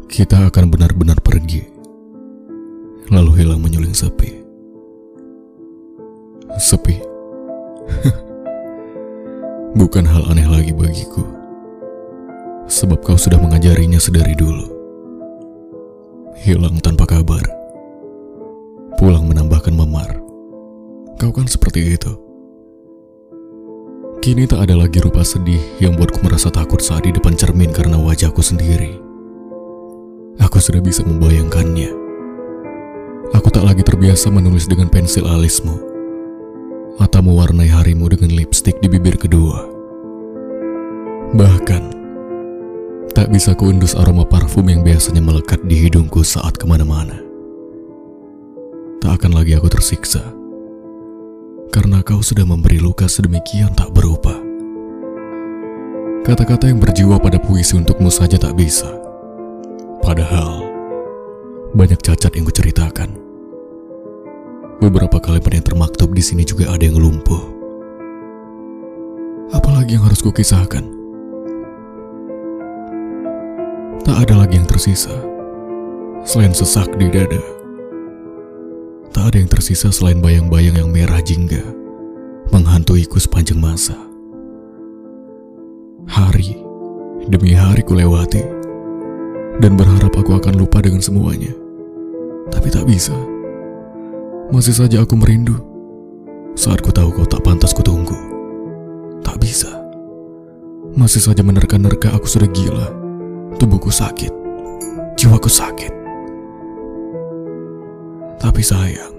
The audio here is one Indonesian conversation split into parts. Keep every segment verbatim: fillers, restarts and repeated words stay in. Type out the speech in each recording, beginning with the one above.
Kita akan benar-benar pergi, lalu hilang menyuling sepi. Sepi bukan hal aneh lagi bagiku, sebab kau sudah mengajarinya sedari dulu. Hilang tanpa kabar, pulang menambahkan memar. Kau kan seperti itu. Kini tak ada lagi rupa sedih yang buatku merasa takut saat di depan cermin karena wajahku sendiri. Aku sudah bisa membayangkannya. Aku tak lagi terbiasa menulis dengan pensil alismu, atau mewarnai harimu dengan lipstik di bibir kedua. Bahkan, tak bisa kuendus aroma parfum yang biasanya melekat di hidungku saat kemana-mana. Tak akan lagi aku tersiksa, karena kau sudah memberi luka sedemikian tak berupa. Kata-kata yang berjiwa pada puisi untukmu saja tak bisa. Padahal, banyak cacat yang kuceritakan. Beberapa kalimat yang termaktub di sini juga ada yang lumpuh. Apalagi yang harus kukisahkan? Tak ada lagi yang tersisa selain sesak di dada. Tak ada yang tersisa selain bayang-bayang yang merah jingga menghantuiku sepanjang masa. Hari demi hari kulewati dan berharap aku akan lupa dengan semuanya. Tapi tak bisa. Masih saja aku merindu saat ku tahu kau tak pantas kutunggu. Tak bisa. Masih saja menerka-nerka aku sudah gila. Tubuhku sakit, jiwaku sakit. Tapi sayang,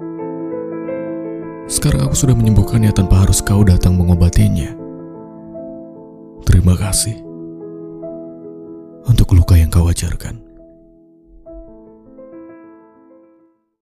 sekarang aku sudah menyembuhkannya tanpa harus kau datang mengobatinya. Terima kasih untuk luka yang kau ajarkan.